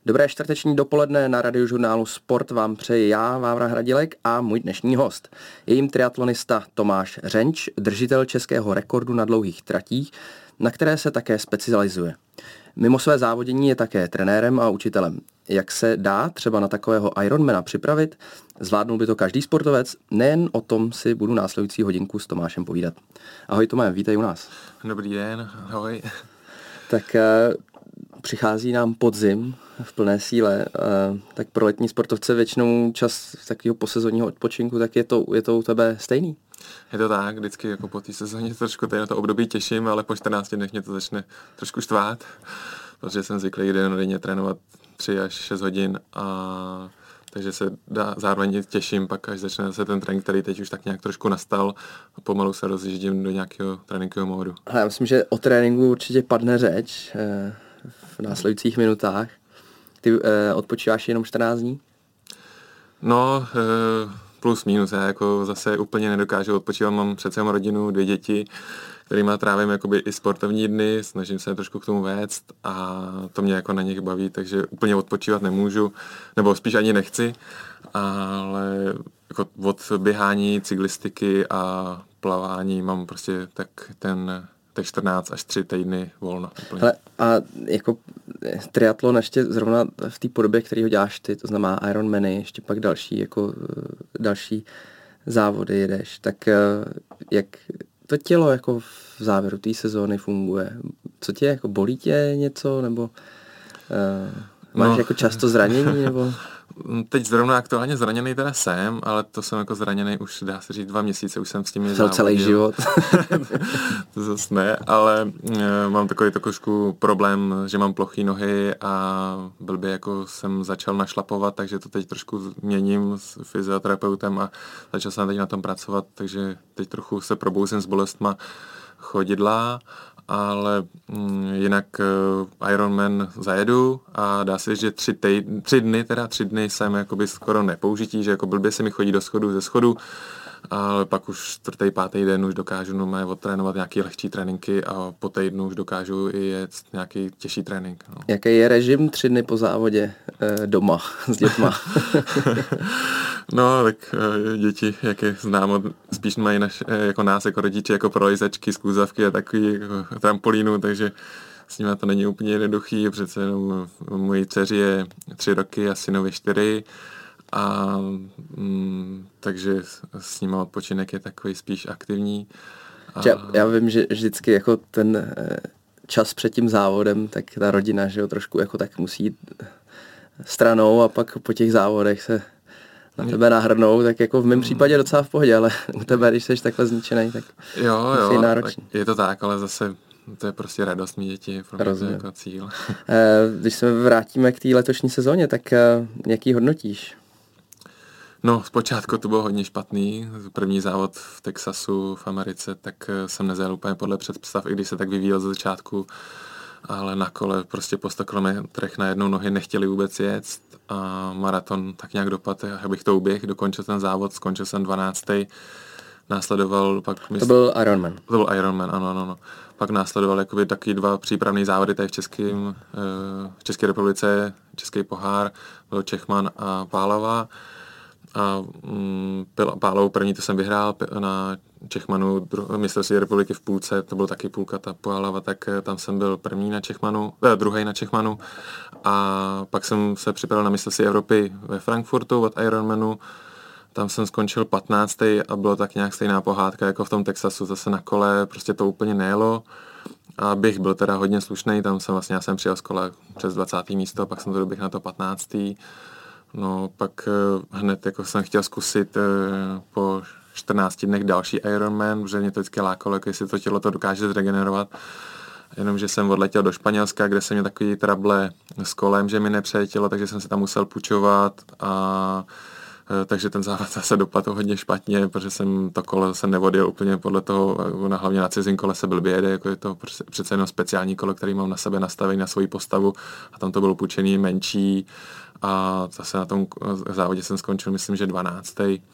Dobré čtvrteční dopoledne na Radiožurnálu Sport vám přeji já, Vávra Hradilek, a můj dnešní host. Je jím triatlonista Tomáš Řenč, držitel českého rekordu na dlouhých tratích, na které se také specializuje. Mimo své závodění je také trenérem a učitelem. Jak se dá třeba na takového Ironmana připravit? Zvládnul by to každý sportovec? Nejen o tom si budu následující hodinku s Tomášem povídat. Ahoj Tomé, vítej u nás. Dobrý den, ahoj. Tak přichází nám podzim v plné síle, tak pro letní sportovce většinou čas takového posezonního odpočinku, tak je to u tebe stejný? Je to tak, vždycky jako po té sezóně trošku na to období těším, ale po 14 dnech mě to začne trošku štvát, protože jsem zvyklý denně trénovat 3 až 6 hodin, a takže se zároveň těším, pak až začne se ten trénink, který teď už tak nějak trošku nastal, a pomalu se rozjíždím do nějakého tréninkového módu. Já myslím, že o tréninku určitě padne řeč v následujících minutách. Ty odpočíváš jenom 14 dní? No, plus minus, já jako zase úplně nedokážu odpočívat, mám přece jenom rodinu, 2 děti, kterýma trávím jakoby i sportovní dny, snažím se trošku k tomu vést a to mě jako na nich baví, takže úplně odpočívat nemůžu, nebo spíš ani nechci, ale jako od běhání, cyklistiky a plavání mám prostě tak těch 14 až 3 týdny volno. Hele, a jako triatlon ještě zrovna v té podobě, který ho děláš ty, to znamená Ironmany, ještě pak další závody jedeš, tak jak to tělo jako v závěru té sezóny funguje? Co tě, jako bolí tě něco, nebo máš jako často zranění, nebo... Teď zrovna aktuálně zraněný teda jsem, ale to jsem jako zraněný už, dá se říct, 2 měsíce, už jsem s tím závodil. Celý život. To zase ne, ale mám takový trošku problém, že mám plochý nohy a blbě jako jsem začal našlapovat, takže to teď trošku měním s fyzioterapeutem a začal jsem teď na tom pracovat, takže teď trochu se probouzím s bolestma chodidla, ale jinak Ironman zajedu a dá se říct, že 3 dny jsem jakoby skoro nepoužití, že jako blbě se mi chodí do schodu ze schodu, ale pak už 4., 5. den už dokážu odtrénovat nějaké lehčí tréninky a po týdnu už dokážu i jet nějaký těžší trénink. No. Jaký je režim 3 dny po závodě doma s dětma? No, tak děti, jak je známo, spíš mají jako nás, jako rodiče, jako prolejzačky, skluzavky a takový jako trampolínu, takže s nimi to není úplně jednoduchý, přece jenom mojí dceři je 3 roky a synovi 4, a takže s nimi odpočinek je takový spíš aktivní. Já vím, že vždycky jako ten čas před tím závodem, tak ta rodina, že jo, trošku jako tak musí jít stranou a pak po těch závodech se na tebe nahrnou, tak jako v mém případě docela v pohodě, ale u tebe, když jsi takhle zničenej, tak jo, náročný. Je to tak, ale zase to je prostě radost mít děti, pro mě to je jako cíl. Když se vrátíme k té letošní sezóně, tak jaký hodnotíš? No, zpočátku to bylo hodně špatný. První závod v Texasu v Americe, tak jsem nezajel úplně podle představ, i když se tak vyvíjel ze začátku, ale na kole prostě po 100 kilometrech na jednou nohy nechtěli vůbec jet a maraton tak nějak dopadl, abych to uběhl, dokončil ten závod, skončil jsem 12. Následoval pak... To byl Ironman. To byl Ironman, ano. Pak následoval jakoby taky 2 přípravné závody tady v České republice, Český pohár, byl Čechman a Pálava. A Pálovou první to jsem vyhrál na Čechmanu, mistrovství republiky v půlce, to byl taky půlka ta Pálava, tak tam jsem byl druhý na Čechmanu, a pak jsem se připravil na mistrovství Evropy ve Frankfurtu od Ironmanu, tam jsem skončil 15. a bylo tak nějak stejná pohádka jako v tom Texasu, zase na kole, prostě to úplně nejelo. A běh byl teda hodně slušný, já jsem přijel z kola přes 20. místo, pak jsem to doběhl na to 15. No, pak hned jako jsem chtěl zkusit po 14 dnech další Ironman, protože mě to vždycky lákalo, jako jestli to tělo to dokáže zregenerovat. Jenomže jsem odletěl do Španělska, kde jsem měl takový trable s kolem, že mi nepřeje tělo, takže jsem se tam musel půjčovat, a takže ten závod zase dopadl hodně špatně, protože jsem to kolo se nevodil úplně podle toho, hlavně na cizím kole se blbě jede, jako je to přece jenom speciální kolo, který mám na sebe nastavený na svoji postavu, a tam to bylo půjčený menší, a zase na tom závodě jsem skončil, myslím, že 12.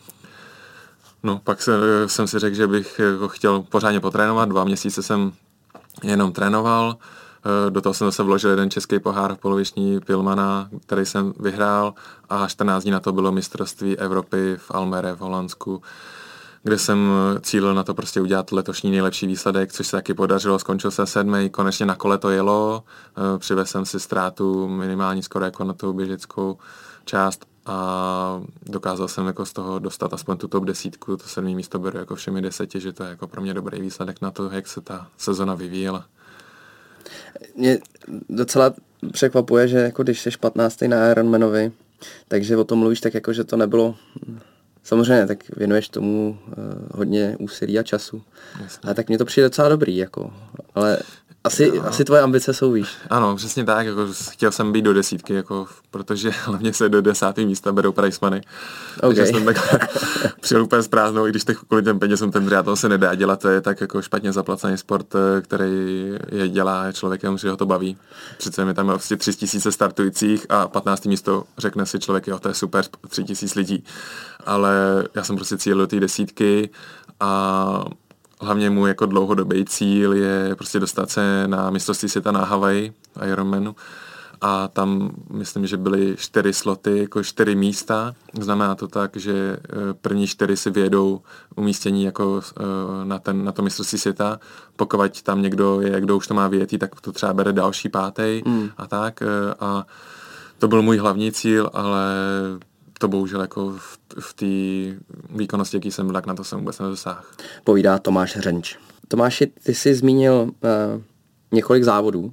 No, pak jsem si řekl, že bych chtěl pořádně potrénovat, 2 měsíce jsem jenom trénoval, Do toho jsem zase vložil jeden český pohár v poloviční Pilmana, který jsem vyhrál a 14 dní na to bylo mistrovství Evropy v Almere v Holandsku, kde jsem cílil na to prostě udělat letošní nejlepší výsledek, což se taky podařilo, skončil jsem 7. Konečně na kole to jelo, přivez jsem si ztrátu minimální skoro jako na tu běžeckou část a dokázal jsem jako z toho dostat aspoň tu top 10, to 7. místo beru jako všemi 10, že to je jako pro mě dobrý výsledek na to, jak se ta sezona vyvíjela. Mě docela překvapuje, že jako když jsi 15. na Ironmanovi, takže o tom mluvíš tak jako, že to nebylo... Samozřejmě, tak věnuješ tomu hodně úsilí a času. Jasně. A tak mně to přijde docela dobrý, jako, ale asi tvoje ambice jsou výš. Ano, přesně tak, jako chtěl jsem být do 10, jako, protože hlavně se do 10. místa berou prize money. Okay. Takže jsem tak přijel úplně s prázdnou, i když kvůli těm penězům ten triatlon se nedá dělat, to je tak jako špatně zaplacený sport, který je dělá člověkem, že ho to baví. Přece mi tam je vlastně 3000 startujících a 15. místo řekne si člověk, jo, to je super, 3000 lidí. Ale já jsem prostě cílil do té 10 a hlavně můj jako dlouhodobý cíl je prostě dostat se na mistrovství světa na Havaji, Ironmanu. A tam myslím, že byly 4 sloty, jako 4 místa. Znamená to tak, že první 4 si vyjedou umístění jako na to mistrovství světa. Pokud tam někdo je, kdo už to má vyjetý, tak to třeba bere další 5. A tak. A to byl můj hlavní cíl, ale to bohužel jako v té výkonnosti, jaký jsem byl, tak na to jsem vůbec nedosáhl. Povídá Tomáš Hřenč. Tomáši, ty jsi zmínil několik závodů.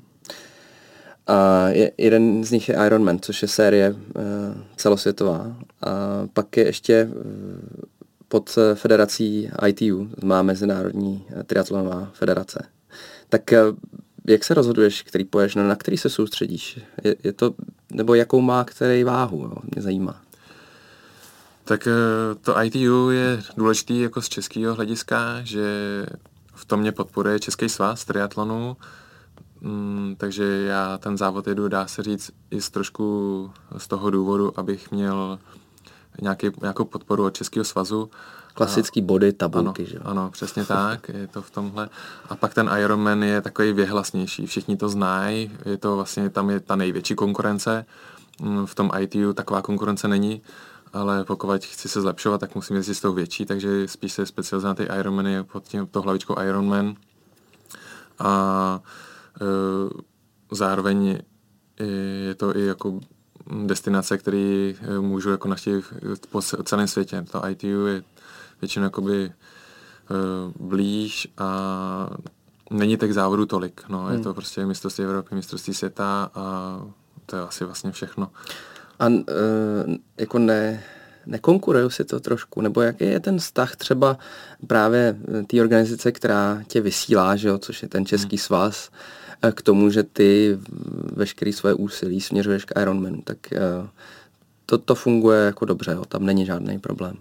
Jeden z nich je Ironman, což je série celosvětová. A pak je ještě pod federací ITU, má Mezinárodní triatlonová federace. Tak jak se rozhoduješ, který poješ, na který se soustředíš? Je to, nebo jakou má který váhu? Jo? Mě zajímá. Tak to ITU je důležitý jako z českého hlediska, že v tom mě podporuje Český svaz triatlonu, takže já ten závod jedu, dá se říct, i trošku z toho důvodu, abych měl nějakou podporu od Českého svazu. Klasický body, tabulky, že jo? Ano, přesně tak, je to v tomhle. A pak ten Ironman je takový věhlasnější, všichni to znají, je to vlastně, tam je ta největší konkurence, v tom ITU taková konkurence není, ale pokud chci se zlepšovat, tak musím jezdit s tou větší, takže spíš se specializuji na ty Ironmany pod tou hlavičkou Ironman. A zároveň je to i jako destinace, který můžu jako navštívit po celém světě. To ITU je většinou jakoby blíž a není těch závodů tolik. No, je to prostě mistrovství Evropy, mistrovství světa a to je asi vlastně všechno. A jako nekonkurujou si to trošku? Nebo jaký je ten vztah třeba právě té organizace, která tě vysílá, že jo, což je ten Český svaz, k tomu, že ty veškerý svoje úsilí směřuješ k Ironmanu, tak to funguje jako dobře, jo, tam není žádný problém.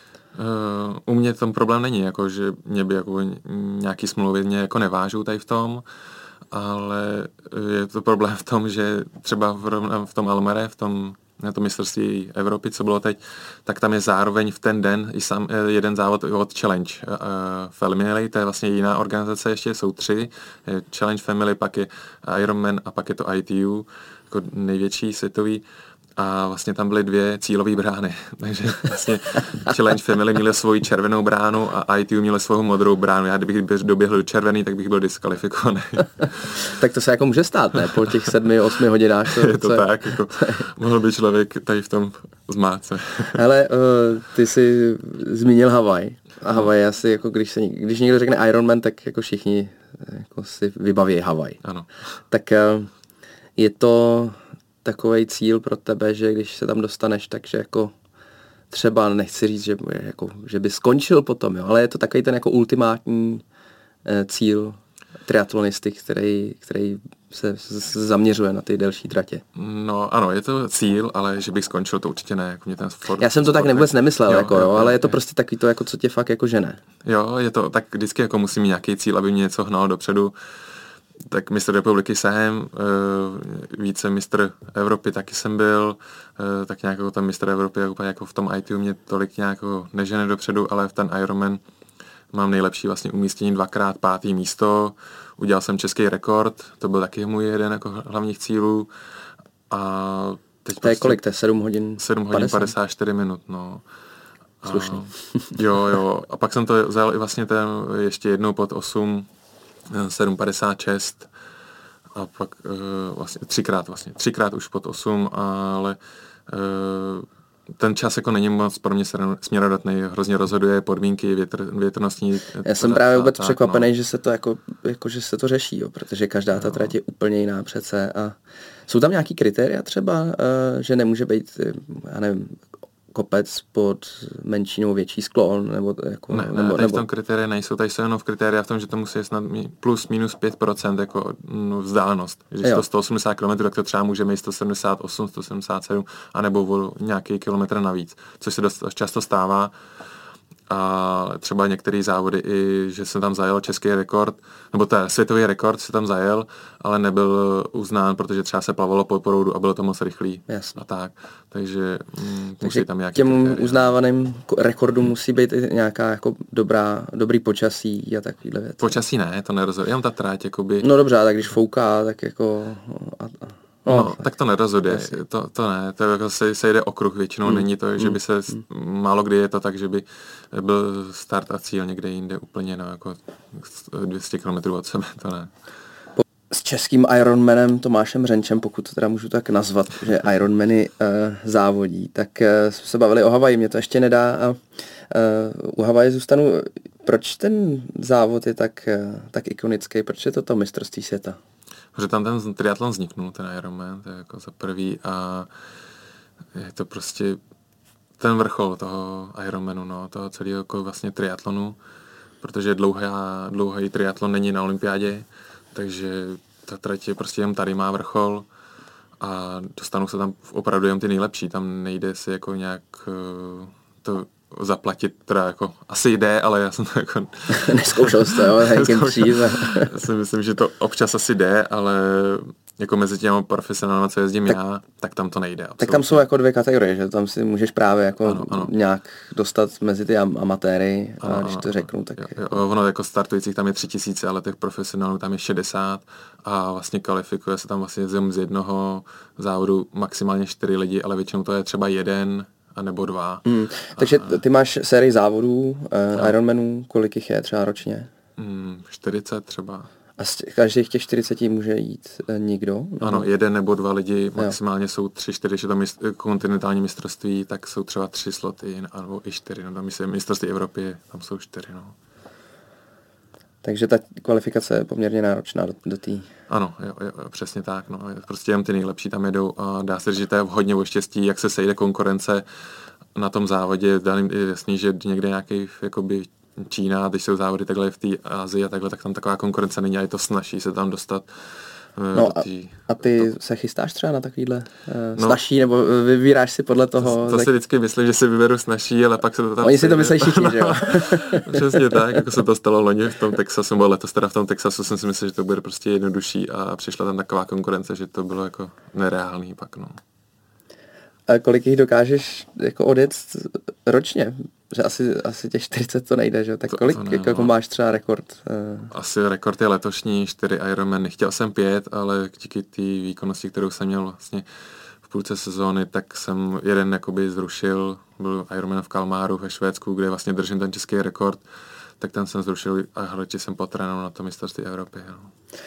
U mě tam problém není, jako, že mě by jako nějaký smlouvy mě jako nevážou tady v tom, ale je to problém v tom, že třeba v tom Almere, na to mistrovství Evropy, co bylo teď, tak tam je zároveň v ten den i jeden závod od Challenge Family, to je vlastně jiná organizace, ještě jsou 3, Challenge Family, pak je Ironman a pak je to ITU, jako největší světový. A vlastně tam byly 2 cílové brány. Takže vlastně Challenge Family měli svoji červenou bránu a ITU měli svou modrou bránu. Já kdybych doběhl do červený, tak bych byl diskvalifikovaný. Tak to se jako může stát, ne? Po těch 7-8 hodinách. Je to tak, jako mohl by člověk tady v tom zmát se. Hele, ty jsi zmínil Havaj. A Havaj asi, jako když někdo řekne Ironman, tak jako všichni jako si vybaví Havaj. Ano. Tak je to takovej cíl pro tebe, že když se tam dostaneš, takže jako třeba nechci říct, že by skončil potom, jo, ale je to takový ten jako ultimátní cíl triatlonisty, který se zaměřuje na ty delší tratě. No ano, je to cíl, ale že bych skončil, to určitě ne. Jako mě ten já jsem to tak vůbec nemyslel, ale je to prostě takový to, jako co tě fakt jako žene. Jo, je to tak vždycky jako musím mít nějaký cíl, aby mě něco hnalo dopředu. Tak mistr republiky jsem, více mistr Evropy taky jsem byl, tak nějak jako ten mistr Evropy jako v tom ITU mě tolik nějak nežene dopředu, ale v ten Ironman mám nejlepší vlastně umístění 2x 5. místo, udělal jsem český rekord, to byl taky můj jeden jako hlavních cílů. A teď to je kolik, to je 7 hodin 7 hodin 54 minut, no. Slušný. Jo. A pak jsem to zajel i vlastně ještě jednou pod 8, 7,56 a pak třikrát už pod 8, ale ten čas jako není moc pro mě směrodatný, hrozně rozhoduje podmínky, větrnostní. Já jsem právě vůbec překvapený, že se to že se to řeší, jo, protože každá ta trať je úplně jiná přece a jsou tam nějaký kritéria třeba, že nemůže být, já nevím, kopec pod menší nebo větší sklon, nebo jako... Ne, v tom kritéria nejsou, tady jsou jenom v kritéria v tom, že to musí snad plus minus 5% jako vzdálenost. Když je to 180 km, tak to třeba může mít 178, 177, anebo o nějaký kilometr navíc, což se dost často stává. A třeba některé závody i, že jsem tam zajel český rekord, nebo světový rekord se tam zajel, ale nebyl uznán, protože třeba se plavalo po proudu a bylo to moc rychlý. Jasně. A tak. Takže musí tam nějaký těm kritéria. uznávaným rekordům musí být i nějaká jako dobrý počasí a takovýhle věci. Počasí ne, to nerozhoduje, jenom ta tráť jakoby... No dobře, tak když fouká, tak jako... No, tak to nerozhoduje, to ne, to jako se jede okruh většinou, není to, že by se, málo kdy je to tak, že by byl start a cíl někde jinde úplně, no, jako 200 km od sebe, to ne. S českým Ironmanem Tomášem Řenčem, pokud to teda můžu tak nazvat, že Ironmany závodí, tak jsme se bavili o Havaji, mě to ještě nedá a u Havaje zůstanu. Proč ten závod je tak ikonický, proč je to mistrovství světa? Protože tam ten triatlon vzniknul, ten Ironman, to je jako za prvý a je to prostě ten vrchol toho Ironmanu, no, toho celého jako vlastně triatlonu, protože dlouhý triatlon není na olympiádě, takže ta trať je prostě jen tady má vrchol a dostanou se tam opravdu jen ty nejlepší, tam nejde si jako nějak to zaplatit, teda jako asi jde, ale já jsem to jako... Neskoušel jste, jo, někým přijít. Já si myslím, že to občas asi jde, ale jako mezi těmi profesionálmi, co jezdím já, tak tam to nejde. Absolutně. Tak tam jsou jako 2 kategorie, že tam si můžeš právě jako ano. nějak dostat mezi ty amatéry, a když to řeknu, tak... Jo, ono jako startujících tam je 3000, ale těch profesionálů tam je 60 a vlastně kvalifikuje se tam vlastně z jednoho závodu maximálně 4 lidi, ale většinou to je třeba 1 a nebo 2. Takže ty máš sérii závodů, Ironmanů, kolik jich je třeba ročně? 40 třeba. A z každých těch 40 může jít někdo? Ano, 1 nebo 2 lidi, maximálně jsou 3-4, když je to kontinentální mistrovství, tak jsou třeba 3 sloty, nebo i 4, no myslím, mistrovství Evropy, tam jsou 4, no. Takže ta kvalifikace je poměrně náročná do té... Ano, jo, přesně tak, no. Prostě jen ty nejlepší tam jedou a dá se říct, že to je hodně o štěstí, jak se sejde konkurence na tom závodě, je jasný, že někde nějaký jakoby Čína, když jsou závody takhle v té Asii a takhle, tak tam taková konkurence není a je to snazší se tam dostat. No a ty se chystáš třeba na takovýhle snažší, nebo vybíráš si podle toho? To si vždycky myslím, že si vyberu snažší, ale pak se to tam... Oni si to myslí všichni, že jo? Přesně tak, jako se to stalo loni v tom Texasu, nebo letos teda v tom Texasu jsem si myslel, že to bude prostě jednodušší a přišla tam taková konkurence, že to bylo jako nereálný pak, no. A kolik jich dokážeš jako odjet ročně? Že asi těch 40 to nejde, že? Tak kolik jako máš třeba rekord? Asi rekord je letošní 4 Ironmany. Chtěl jsem 5, ale díky té výkonnosti, kterou jsem měl vlastně v půlce sezóny, tak jsem jeden jakoby zrušil. Byl Ironman v Kalmáru ve Švédsku, kde vlastně držím ten český rekord. Tak ten jsem zrušil a hledě jsem potrénoval na to mistrovství Evropy. No.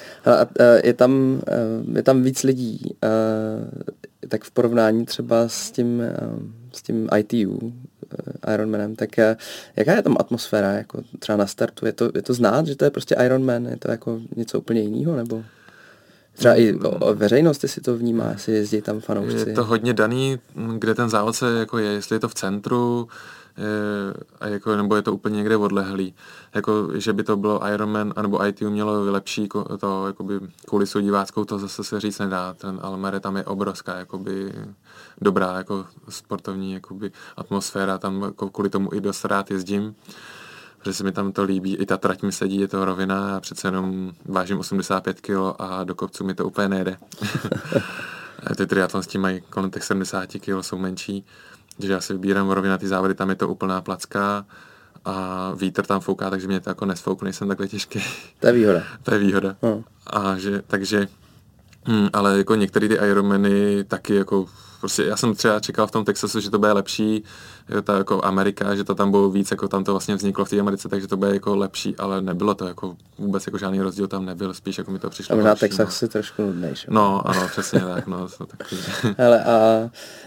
Je tam víc lidí, tak v porovnání třeba s tím ITU, Ironmanem, tak jaká je tam atmosféra, jako třeba na startu? Je to znát, že to je prostě Ironman? Je to jako něco úplně jiného, nebo třeba i veřejnost, jestli to vnímá, jestli jezdí tam fanoušci? Je to hodně daný, kde ten závod se jako jestli je to v centru, a jako, nebo je to úplně někde odlehlý. Jako, že by to bylo Ironman, anebo ITU mělo lepší to, jakoby, kulisu diváckou, to zase se říct nedá. Ten Almere tam je obrovská, jakoby, dobrá jako sportovní jakoby, atmosféra, tam jako, kvůli tomu i dost rád jezdím, protože se mi tam to líbí, i ta trať mi sedí, je to rovina a přece jenom vážím 85 kg a do kopců mi to úplně nejde. Ty triatlonsti mají kolem těch 70 kg, jsou menší, takže já si vybírám rovina ty závody, tam je to úplná placka a vítr tam fouká, takže mě to jako nesfoukne, nejsem takhle těžký. To je výhoda. To je výhoda. A takže ale jako některé ty Ironmany taky jako prostě já jsem třeba čekal v tom Texasu, že to bude lepší, ta jako Amerika, že to tam bylo víc, jako tam to vlastně vzniklo v té Americe, takže to bude jako lepší, ale nebylo to jako vůbec jako žádný rozdíl tam nebyl, spíš jako mi to přišlo. A možná Texas je trošku nudnější. No, ano, přesně tak, no, to taky. Hele, a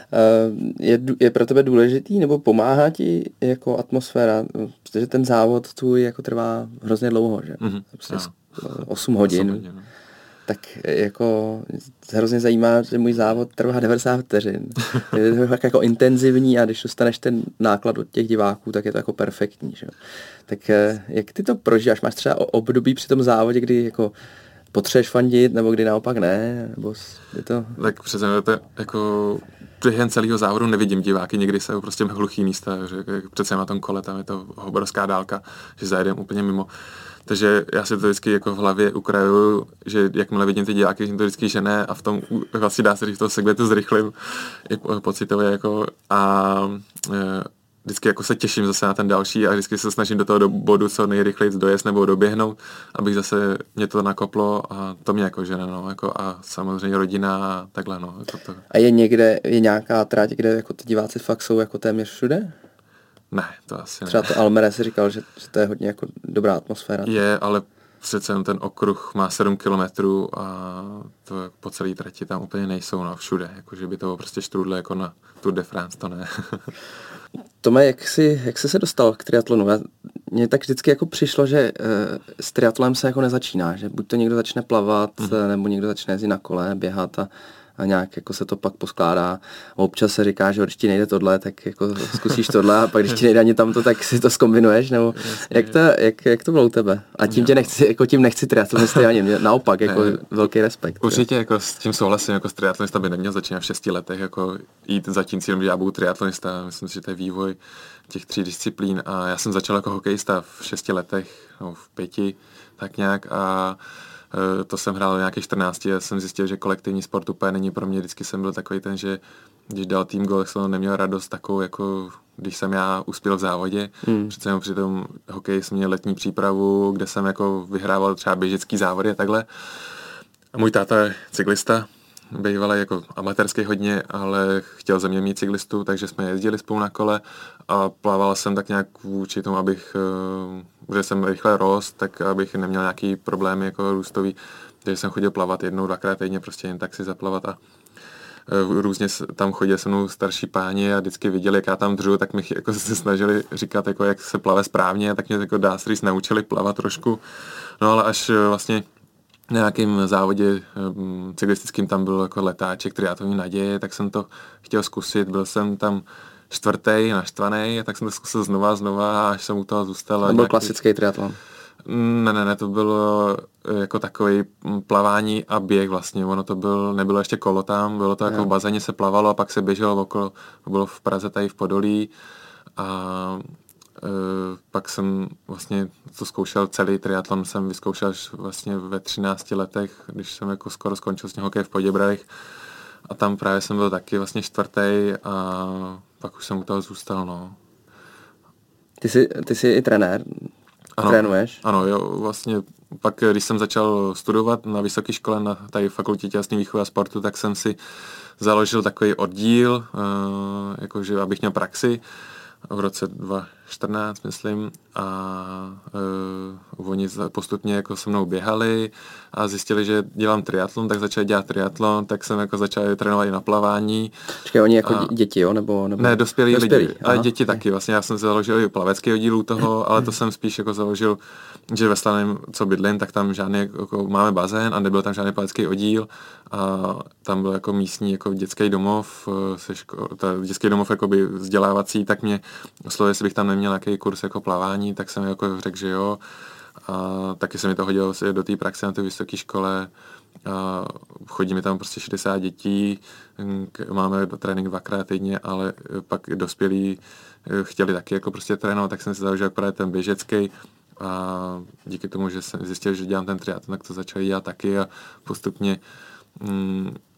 je pro tebe důležitý, nebo pomáhá ti jako atmosféra, protože ten závod tvůj jako trvá hrozně dlouho, že? Prostě 8 hodin. 8 hodin. Tak jako hrozně zajímá, že můj závod trvá 90 vteřin. Je to tak jako intenzivní a když dostaneš ten náklad od těch diváků, tak je to jako perfektní. Že? Tak jak ty to prožíváš? Máš třeba období při tom závodě, kdy jako potřebuješ fandit, nebo kdy naopak ne? Nebo je to... Tak přesně, to jako během celého závodu nevidím diváky, někdy jsou prostě hluchý místa, že přece na tom kole tam je to obrovská dálka, že zajedem úplně mimo. Takže já si to vždycky jako v hlavě ukrajuju, že jakmile vidím ty diváky, že to vždycky žene a v tom vlastně dá se říct, v toho segmentu zrychlím i pocitově jako a vždycky jako se těším zase na ten další a vždycky se snažím do toho bodu co nejrychleji dojet nebo doběhnout, abych zase mě to nakoplo a to mě jako žene, no, jako a samozřejmě rodina a takhle, no. Jako to. A je nějaká trať, kde jako ty diváci fakt jsou jako téměř všude? Ne, to asi ne. Třeba to Almere si říkal, že to je hodně jako dobrá atmosféra. Je, ale přece ten okruh má 7 kilometrů a to po celé trati tam úplně nejsou, no, všude, jako že by to bylo prostě štrůdle jako na Tour de France, to ne. Tome, jak jsi se dostal k triatlonu? Mně tak vždycky jako přišlo, že s triatlonem se jako nezačíná, že buď to někdo začne plavat, nebo někdo začne jezdit na kole, běhat a nějak jako se to pak poskládá. Občas se říká, že když ti nejde tohle, tak jako zkusíš tohle a pak když ti nejde ani tamto, tak si to zkombinuješ, nebo jak to bylo u tebe? A tím nechci triatlonisty ani, naopak, jako velký respekt. Určitě jako s tím souhlasím, jako s triatlonista by neměl začínat v 6 letech, jako jít za tím cílem, že já budu triatlonista, myslím si, že to je vývoj těch 3 disciplín a já jsem začal jako hokejista v 6 letech, no v 5, tak nějak a to jsem hrál nějakých 14 a jsem zjistil, že kolektivní sport úplně není pro mě. Vždycky jsem byl takový ten, že když dal tým gól, tak jsem neměl radost takovou, jako když jsem já uspěl v závodě. Přece jenom při tom hokeji jsem měl letní přípravu, kde jsem jako vyhrával třeba běžecký závody a takhle. A můj táta je cyklista, bývalý jako amatérský hodně, ale chtěl ze mě mít cyklistu, takže jsme jezdili spolu na kole a plával jsem tak nějak vůči tomu, abych, že jsem rychle rost, tak abych neměl nějaký problémy jako růstový, takže jsem chodil plavat 1-2krát týdně, prostě jen tak si zaplavat a různě tam chodili se mnou starší páni a vždycky viděli, jak já tam dřu, tak mi jako se snažili říkat, jako, jak se plave správně, tak mě jako dá se říct naučili plavat trošku, no ale až vlastně na nějakém závodě cyklistickým tam byl jako letáček triatlonní naděje, tak jsem to chtěl zkusit, byl jsem tam 4. naštvaný, tak jsem to zkusil znova, až jsem u toho zůstal. To byl klasický triatlon? Ne, to bylo jako takový plavání a běh vlastně, ono to nebylo ještě kolo tam, bylo to jako v bazéně se plavalo a pak se běželo okolo, bylo v Praze tady v Podolí a pak jsem vlastně to zkoušel, celý triatlon jsem vyzkoušel až vlastně ve 13 letech, když jsem jako skoro skončil s hokej v Poděbradech a tam právě jsem byl taky vlastně 4. a pak už jsem u toho zůstal, no. Ty jsi i trenér? Ano, trénuješ? Ano, jo, vlastně pak, když jsem začal studovat na vysoké škole na tady fakultě tělesné výchovy a sportu, tak jsem si založil takový oddíl, jakože abych měl praxi v roce 2014, myslím, a oni postupně jako se mnou běhali a zjistili, že dělám triatlon, tak začali dělat triatlon, tak jsem jako začal trénovat i na plavání. Počkej, oni jako děti, jo? Nebo... Ne, dospělí lidi, ale děti taky. Vlastně já jsem založil i plavecký oddíl u toho, ale to jsem spíš jako založil, že ve Slaném, co bydlím, tak tam žádný, jako máme bazén a nebyl tam žádný plavecký oddíl a tam byl jako místní jako dětský domov, dětský domov jakoby vzdělávací, tak mě oslovil, jestli bych tam neměl nějaký kurz jako plavání, tak jsem jako řekl, že jo. A taky se mi to hodilo do té praxe na té vysoké škole. A chodí mi tam prostě 60 dětí, máme trénink 2krát týdně, ale pak dospělí chtěli taky jako prostě trénovat, tak jsem si založil právě ten běžecký a díky tomu, že jsem zjistil, že dělám ten triatlon, tak to začal dělat taky a postupně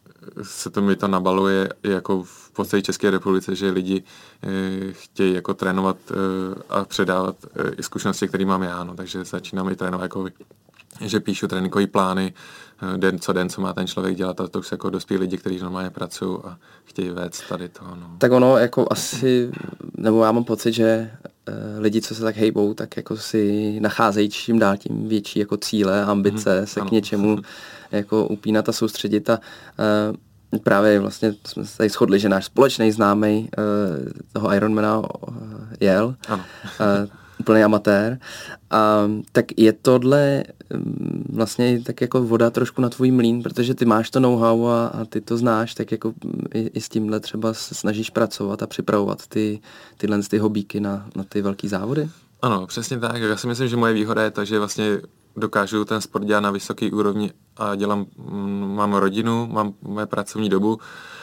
se to mi to nabaluje jako v podstatě České republice, že lidi chtějí jako trénovat a předávat i zkušenosti, které mám já, no, takže začínám i trénovat jako že píšu tréninkové plány den, co má ten člověk dělat, a to už jako dospělí lidi, kteří normálně pracují a chtějí vést tady to. No. Tak ono jako asi, nebo já mám pocit, že lidi, co se tak hejbou, tak jako si nacházejí čím dál tím větší jako cíle, ambice se k něčemu jako upínat a soustředit a právě vlastně jsme se tady shodli, že náš společný známý toho Ironmana jel. Ano. Úplný amatér. Tak je tohle vlastně tak jako voda trošku na tvůj mlýn, protože ty máš to know-how a ty to znáš, tak jako i s tímhle třeba se snažíš pracovat a připravovat tyhle hobíky na ty velký závody? Ano, přesně tak. Já si myslím, že moje výhoda je to, že vlastně dokážu ten sport dělat na vysoké úrovni a mám rodinu, mám moje pracovní dobu.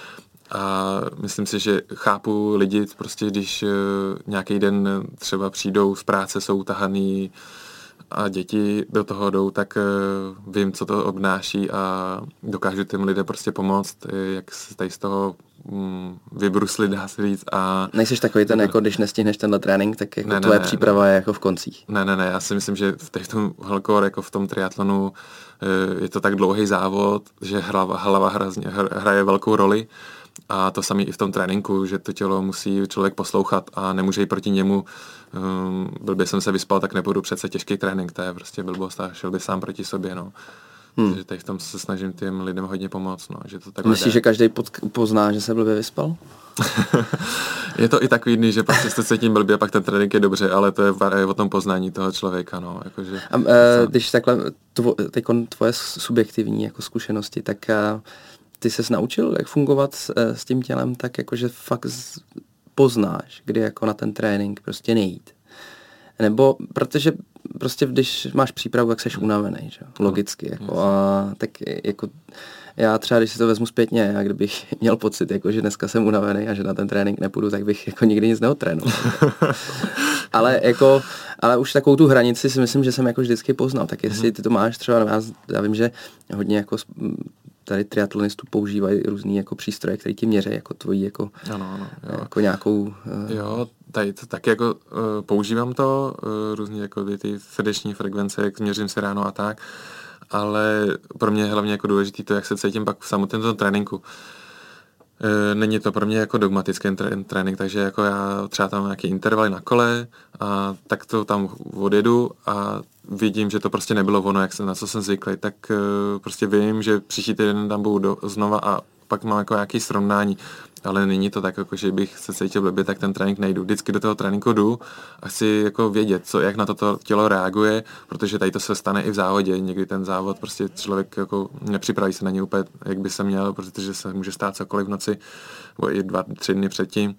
A myslím si, že chápu lidi, prostě když nějaký den třeba přijdou z práce, jsou utahaný a děti do toho jdou, tak vím, co to obnáší a dokážu těm lidem prostě pomoct, jak se tady z toho vybruslit, dá se říct. A nejseš takový ten, jako když nestihneš tenhle trénink, tak jako tvoje příprava je jako v koncích. Ne, já si myslím, že v tom hardcore, jako v tom triatlonu je to tak dlouhý závod, že hlava hraje velkou roli. A to samé i v tom tréninku, že to tělo musí člověk poslouchat a nemůže jít proti němu. Blbě jsem se vyspal, tak nebudu přece těžký trénink, to je prostě blbost a šel by sám proti sobě, no. Takže teď v tom se snažím těm lidem hodně pomoct, no. Že to myslíš, že každý pozná, že se blbě vyspal? Je to i takový dny, že prostě se cítím blbě a pak ten trénink je dobře, ale to je o tom poznání toho člověka, no. Jakože, když takhle tvoje subjektivní jako zkušenosti, tak ty ses naučil, jak fungovat s tím tělem, tak jakože fakt poznáš, kdy jako na ten trénink prostě nejít. Nebo protože prostě když máš přípravu, tak seš unavený, že? Logicky. Jako, a tak jako já třeba, když si to vezmu zpětně, a kdybych měl pocit, jako, že dneska jsem unavený a že na ten trénink nepůjdu, tak bych jako nikdy nic neotrénoval. ale už takovou tu hranici si myslím, že jsem jako vždycky poznal. Tak jestli ty to máš třeba, já vím, že hodně jako tady triatlonistů používají různý jako přístroje, které ti měří jako tvojí jako, jako nějakou... Jo, tady to taky jako používám to, různý jako ty srdeční frekvence, jak měřím se ráno a tak, ale pro mě je hlavně jako důležitý to, jak se cítím pak v samotném tréninku. Není to pro mě jako dogmatický trénink, takže jako já třeba tam nějaký intervaly na kole a tak to tam odjedu a vidím, že to prostě nebylo ono, na co jsem zvyklý, tak prostě vím, že příští týden tam budu znova a pak mám jako nějaký srovnání, ale není to tak, jako, že bych se cítil blbě, tak ten trénink nejdu. Vždycky do toho tréninku jdu a chci jako vědět, jak na to tělo reaguje, protože tady to se stane i v závodě. Někdy ten závod prostě člověk jako nepřipraví se na ně úplně, jak by se měl, protože se může stát cokoliv v noci, nebo i 2-3 dny předtím.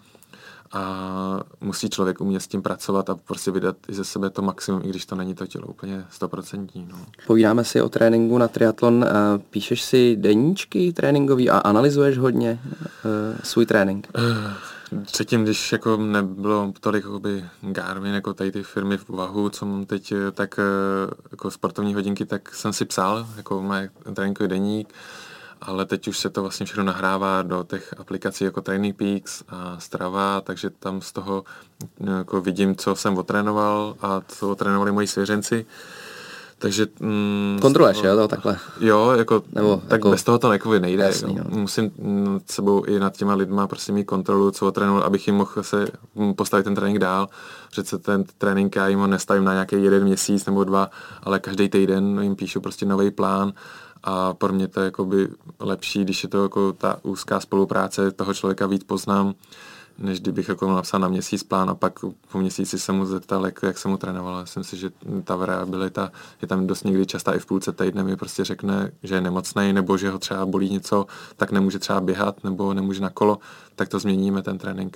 A musí člověk umět s tím pracovat a prostě vydat i ze sebe to maximum, i když to není to tělo úplně 100%. No. Povídáme si o tréninku na triatlon. Píšeš si deníčky tréninkový a analyzuješ hodně svůj trénink? Předtím, když jako nebylo tolik Garmin, jako tady ty firmy v úvahu, co mám teď, tak jako sportovní hodinky, tak jsem si psal, jako má tréninkový deník, ale teď už se to vlastně všechno nahrává do těch aplikací jako Training Peaks a Strava, takže tam z toho jako vidím, co jsem otrénoval a co otrénovali moji svěřenci. Takže... kontroluješ, jo, to takhle? Jo, jako, nebo tak jako, bez toho to nejde. Jasný, jo. Musím nad sebou i nad těma lidma prostě mít kontrolu, co otrénoval, abych jim mohl se postavit ten trénink dál. Přece ten trénink já jim ho nestavím na nějaký 1 měsíc nebo 2, ale každý týden jim píšu prostě nový plán. A pro mě to je jakoby lepší, když je to jako ta úzká spolupráce, toho člověka víc poznám, než kdybych jako napsal na měsíc plán a pak po měsíci se mu zeptal, jak jsem mu trénoval. Myslím si, že ta variabilita je tam dost někdy častá i v půlce týdne mi prostě řekne, že je nemocnej nebo že ho třeba bolí něco, tak nemůže třeba běhat nebo nemůže na kolo, tak to změníme ten trénink.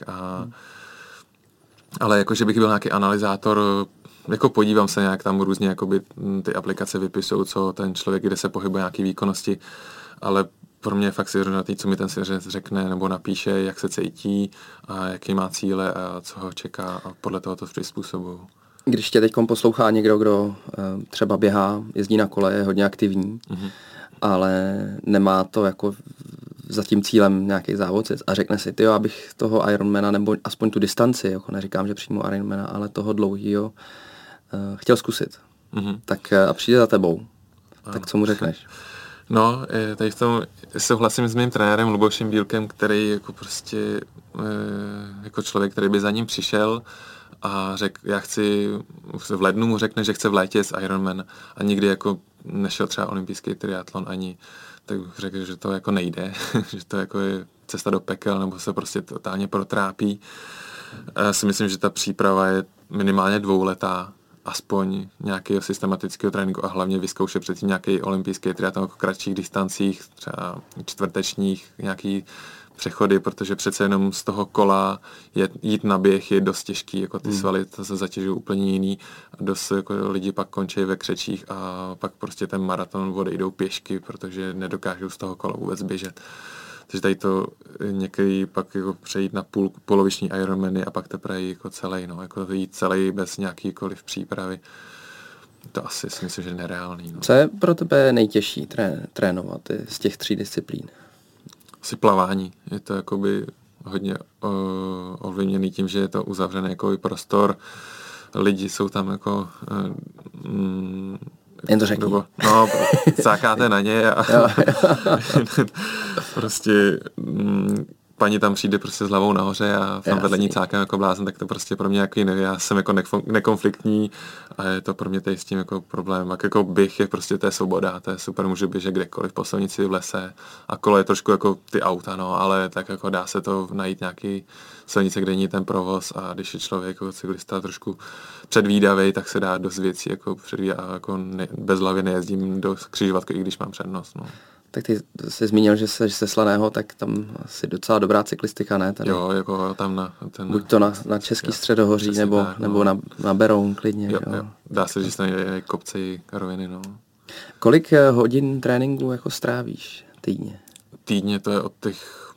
Ale jako, že bych byl nějaký analyzátor, jako podívám se nějak tam různě, jakoby ty aplikace vypisují, co ten člověk, kde se pohybuje nějaký výkonnosti, ale pro mě je fakt svěřenatý, co mi ten svěřenec řekne nebo napíše, jak se cítí a jaký má cíle a co ho čeká a podle toho to přizpůsobuju. Když tě teď poslouchá někdo, kdo třeba běhá, jezdí na kole, je hodně aktivní, ale nemá to jako za tím cílem nějaký závodec a řekne si, tyjo, abych toho Ironmana, nebo aspoň tu distanci, jako neříkám, že přímo Ironmana, ale toho dlouhýho chtěl zkusit. Tak a přijde za tebou. Tak co mu řekneš? No, tady v tom souhlasím s mým trenérem Lubošem Bílkem, který jako prostě jako člověk, který by za ním přišel a řekl, já chci, v lednu mu řekne, že chce v létě s Ironman a nikdy jako nešel třeba olympijský triatlon ani, tak řekl, že to jako nejde, že to jako je cesta do pekel nebo se prostě totálně protrápí. Já si myslím, že ta příprava je minimálně 2letá, aspoň nějakého systematického tréninku a hlavně vyzkoušet předtím nějaký olympijský triatlon jako kratších distancích, třeba čtvrtečních, nějaký přechody, protože přece jenom z toho kola jít na běh je dost těžký, jako ty svaly to se zatěžují úplně jiný a dost jako lidi pak končí ve křečích a pak prostě ten maraton odejdou pěšky, protože nedokážou z toho kola vůbec běžet. Takže tady to někdy pak jako přejít na poloviční Ironmany a pak teprve jako celý, no, jako jít celý bez nějakýkoliv přípravy. To asi si myslím, že je nereálný. No. Co je pro tebe nejtěžší trénovat z těch 3 disciplín? Asi plavání. Je to jakoby hodně ovlivněný tím, že je to uzavřený jako prostor. Lidi jsou tam jako jen to řekni. No, cákáte na ně a prostě paní tam přijde prostě s hlavou nahoře a tam vedle ní cákám jako blázen, tak to prostě pro mě jako jiný. Já jsem jako nekonfliktní a je to pro mě tady s tím jako problém. Jako běh je prostě, to je svoboda, to je super, můžu běžet kdekoliv, po silnici, v lese a kolo je trošku jako ty auta, no, ale tak jako dá se to najít nějaký silnice, kde není ten provoz a když je člověk jako cyklista trošku předvídavej, tak se dá dost věcí jako předvídat a jako bez hlavy nejezdím do křižovatky, i když mám přednost, no. Tak ty jsi zmínil, že jsi ze Slaného, tak tam asi docela dobrá cyklistika, ne? Tady. Jo, jako tam na ten... Buď to na Český středohoří, nebo, tak, nebo na Beroun klidně. Jo. Dá se říct, že kopce i roviny, no. Kolik hodin tréninku jako strávíš týdně? Týdně to je od těch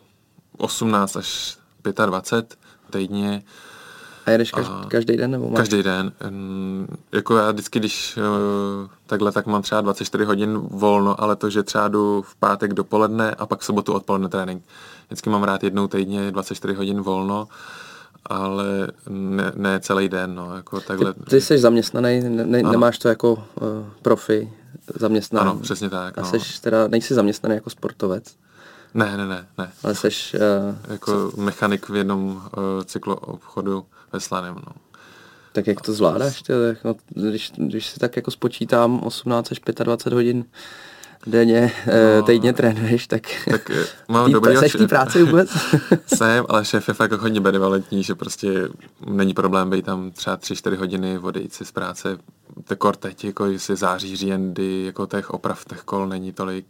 18 až 25 týdně. A jedeš každý den? Nebo máš? Každý den. Jako já vždycky, když takhle, tak mám třeba 24 hodin volno, ale to, že třeba jdu v pátek dopoledne a pak v sobotu odpoledne trénink. Vždycky mám rád jednou týdně 24 hodin volno, ale ne celý den. No, jako takhle. Ty jsi zaměstnaný, nemáš to jako profi zaměstnaný. Ano, přesně tak. A nejsi zaměstnaný jako sportovec? Ne. Ale seš... jako mechanik v jednom cykloobchodu ve Slaném, no. Tak jak to zvládáš? Když si tak jako spočítám 18 až 25 hodin denně, týdně trénuješ, tak mám dobrý seš v té práci vůbec? Jsem, ale šéf je fakt hodně benevolentní, že prostě není problém být tam třeba 3-4 hodiny, odejít si z práce. Teď, jako jestli září, říjen, kdy jako těch oprav těch kol není tolik.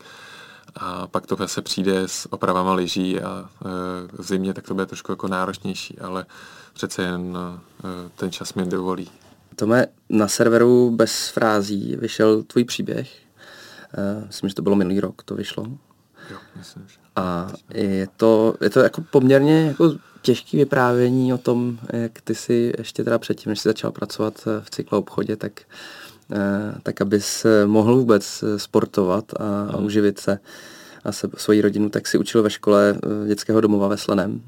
A pak to se přijde s opravama lyží a v zimě tak to bude trošku jako náročnější, ale přece jen ten čas mi dovolí. Tome, na serveru Bez frází vyšel tvůj příběh. Myslím, že to bylo minulý rok, to vyšlo. Jo, myslím, že. A je to jako poměrně jako těžké vyprávění o tom, jak ty si ještě teda předtím, než jsi začal pracovat v cykloobchodě, tak abys mohl vůbec sportovat a uživit se a svoji rodinu, tak si učil ve škole dětského domova ve Slaném,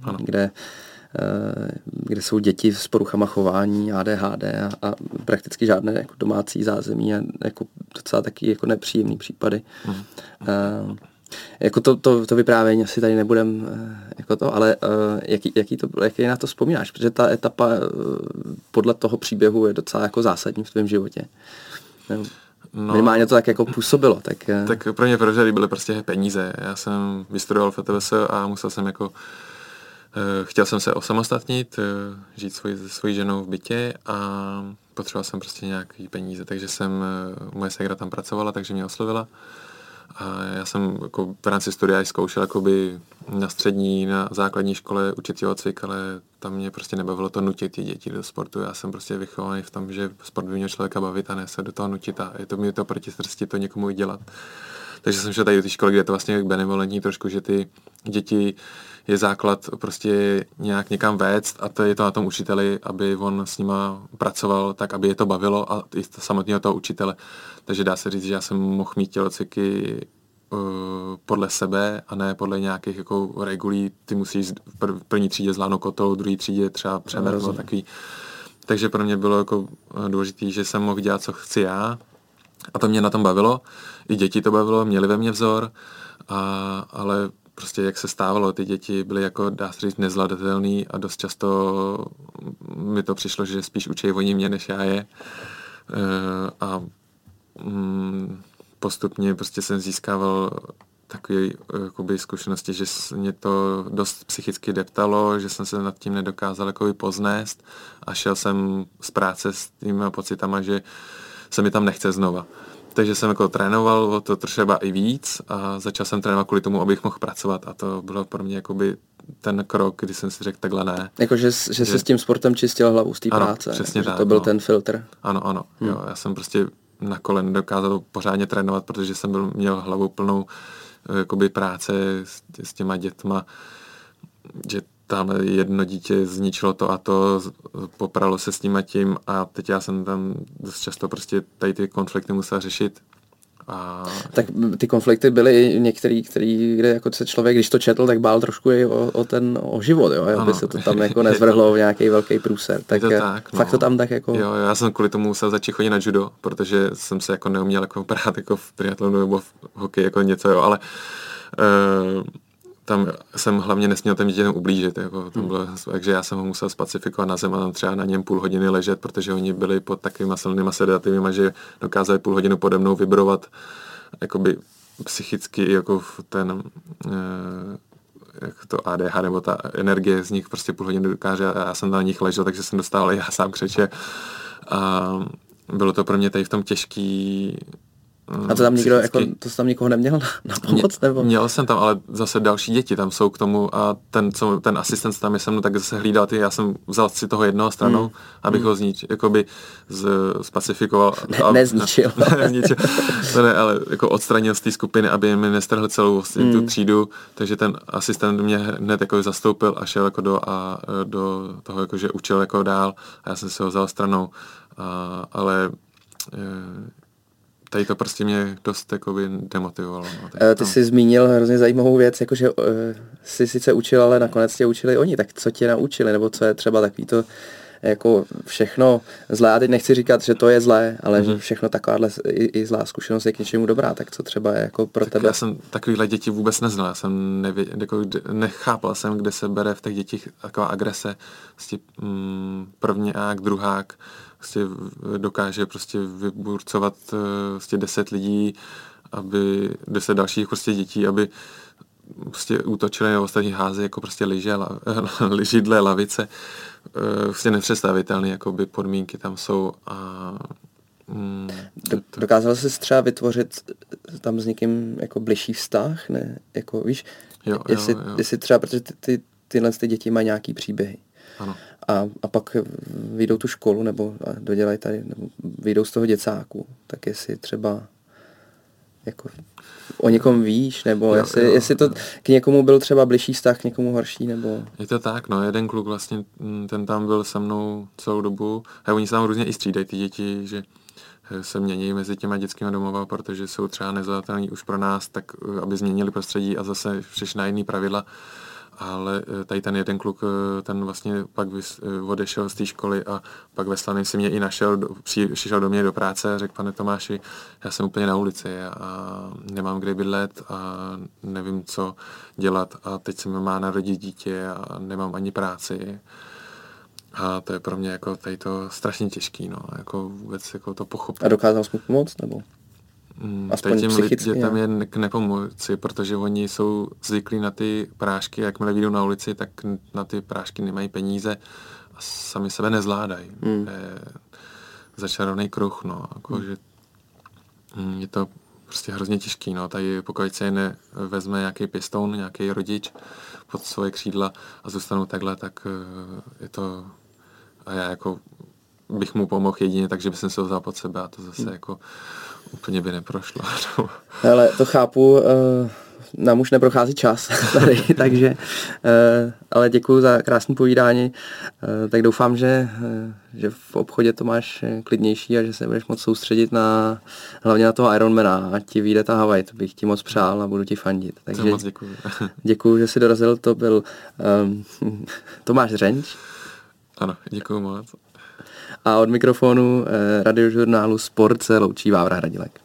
kde jsou děti s poruchama chování, ADHD a prakticky žádné jako domácí zázemí a jako docela taky jako nepříjemný případy. Jako to vyprávění asi tady nebudem jako to, ale jaký na to vzpomínáš? Protože ta etapa podle toho příběhu je docela jako zásadní v tvém životě. Minimálně to tak jako působilo. Tak pro mě prožady byly prostě peníze. Já jsem vystudoval FTVS a musel jsem jako chtěl jsem se osamostatnit, žít svojí ženou v bytě a potřeboval jsem prostě nějaký peníze, takže moje ségra tam pracovala, takže mě oslovila. A já jsem jako v rámci studia zkoušel jakoby na střední, na základní škole učit tělocvik, ale tam mě prostě nebavilo to nutit ty děti do sportu. Já jsem prostě vychovaný v tom, že sport by měl člověka bavit a ne se do toho nutit a je to mi to proti srsti to někomu i dělat. Takže jsem šel tady do té školy, kde je to vlastně benevolentní trošku, že ty děti je základ prostě nějak někam vést a to je to na tom učiteli, aby on s nima pracoval tak, aby je to bavilo a i samotného toho učitele. Takže dá se říct, že já jsem mohl mít tělocviky podle sebe a ne podle nějakých jako regulí. Ty musíš v první třídě zvládnout kotel, v druhé třídě třeba přemet nebo takový. Takže pro mě bylo jako důležité, že jsem mohl dělat, co chci já. A to mě na tom bavilo. I děti to bavilo, měli ve mně vzor. Ale prostě jak se stávalo, ty děti byly jako, dá se říct, nezvladatelný a dost často mi to přišlo, že spíš učí oni mě, než já je. Postupně prostě jsem získával takové jakoby zkušenosti, že mě to dost psychicky deptalo, že jsem se nad tím nedokázal jakoby poznést a šel jsem z práce s těmi pocitama, že se mi tam nechce znova. Takže jsem jako trénoval o to třeba i víc a začal jsem trénovat kvůli tomu, abych mohl pracovat a to bylo pro mě jakoby ten krok, kdy jsem si řekl takhle ne. Jako, že se s tím sportem čistil hlavu z té práce. Přesně jako, tak, to byl ten filtr. Ano. Jo, já jsem prostě na kole nedokázal pořádně trénovat, protože jsem měl hlavu plnou jakoby práce s těma dětma, že tam jedno dítě zničilo to a to, popralo se s tím a tím a teď já jsem tam dost často prostě tady ty konflikty musel řešit. Tak ty konflikty byly některý, kde jako se člověk, když to četl, tak bál trošku i o život, jo, aby se to tam jako nezvrhlo v nějaký velký průser. Tak, fakt to tam tak jako... Jo, já jsem kvůli tomu musel začít chodit na judo, protože jsem se jako neuměl jako brát jako v triatlonu nebo v hokeji jako něco, jo, ale tam jsem hlavně nesměl těm dětem ublížit, jako tam bylo, takže já jsem ho musel spacifikovat na zem a tam třeba na něm půl hodiny ležet, protože oni byli pod takovýma silnýma sedativima, že dokázali půl hodinu pode mnou vibrovat jakoby psychicky jako ten jak to ADH nebo ta energie z nich prostě půl hodiny dokáže a já jsem na nich ležel, takže jsem dostal já sám křeče a bylo to pro mě tady v tom těžký. A to tam nikdo, jako, to tam nikoho neměl na pomoc, nebo? Měl jsem tam, ale zase další děti tam jsou k tomu a ten asistent tam je se mnou tak zase hlídal já jsem vzal si toho jednoho stranou, abych ho jakoby spacifikoval. Nezničil. Ne, ale jako odstranil z té skupiny, aby mi nestrhl celou vlastně tu třídu, takže ten asistent mě hned jako zastoupil a šel jako do toho, jako, že učil jako dál a já jsem si ho vzal stranou, ale tady to prostě mě dost jakoby demotivovalo. No, ty jsi zmínil hrozně zajímavou věc, jakože jsi sice učil, ale nakonec tě učili oni, tak co tě naučili, nebo co je třeba takový to jako všechno zlé, a teď nechci říkat, že to je zlé, ale že všechno takováhle i zlá zkušenost je k něčemu dobrá, tak co třeba je jako pro tebe? Já jsem takovýhle děti vůbec neznal, já jsem nechápal jsem, kde se bere v těch dětích taková agrese, prostě prvňák, druhák, prostě dokáže prostě vyburcovat prostě 10 lidí, aby 10 dalších prostě dětí, aby prostě útočili na ostatní házy jako prostě židle, lavice. Prostě nepředstavitelné jakoby podmínky tam jsou a dokázal jsi třeba vytvořit tam s někým jako bližší vztah, ne? Jako víš, jestli třeba, protože tyhle děti mají nějaký příběhy. Ano. A pak vyjdou tu školu nebo dodělají tady, nebo vyjdou z toho děcáku, tak jestli třeba jako o někom víš, nebo jestli to k někomu byl třeba bližší vztah, k někomu horší, nebo... Je to tak, no, jeden kluk vlastně, ten tam byl se mnou celou dobu a oni se tam různě i střídají ty děti, že se mění mezi těma dětskými domova, protože jsou třeba nezvládatelní už pro nás, tak aby změnili prostředí a zase přišli na jiný pravidla. Ale tady ten jeden kluk, ten vlastně pak odešel z té školy a pak ve Slaný si mě i našel, přišel do mě do práce a řekl: pane Tomáši, já jsem úplně na ulici a nemám kde bydlet a nevím, co dělat a teď se mi má narodit dítě a nemám ani práci. A to je pro mě jako tady to strašně těžký, no, jako vůbec jako to pochopit. A dokázal jsi mu pomoct, nebo? Aspoň těm dětem je k nepomoci, protože oni jsou zvyklí na ty prášky, jakmile vyjdou na ulici, tak na ty prášky nemají peníze a sami sebe nezvládají. Je začarovaný kruh, no, jako, že je to prostě hrozně těžký, no, tady pokud se nevezme nějaký pěstoun, nějaký rodič pod svoje křídla a zůstanou takhle, tak je to, a já jako bych mu pomohl jedině, takže bych se ho vzal pod sebe a to zase jako úplně by neprošlo. Ale to chápu, nám už neprochází čas tady, takže, ale děkuji za krásné povídání, tak doufám, že v obchodě to máš klidnější a že se budeš moc soustředit hlavně na toho Ironmana, ať ti vyjde ta Havaj, to bych ti moc přál a budu ti fandit. Takže moc děkuji. Děkuji, že jsi dorazil, to byl Tomáš Řenč. Ano, děkuji moc. A od mikrofonu radiožurnálu Sport se loučí Vávra Hradilek.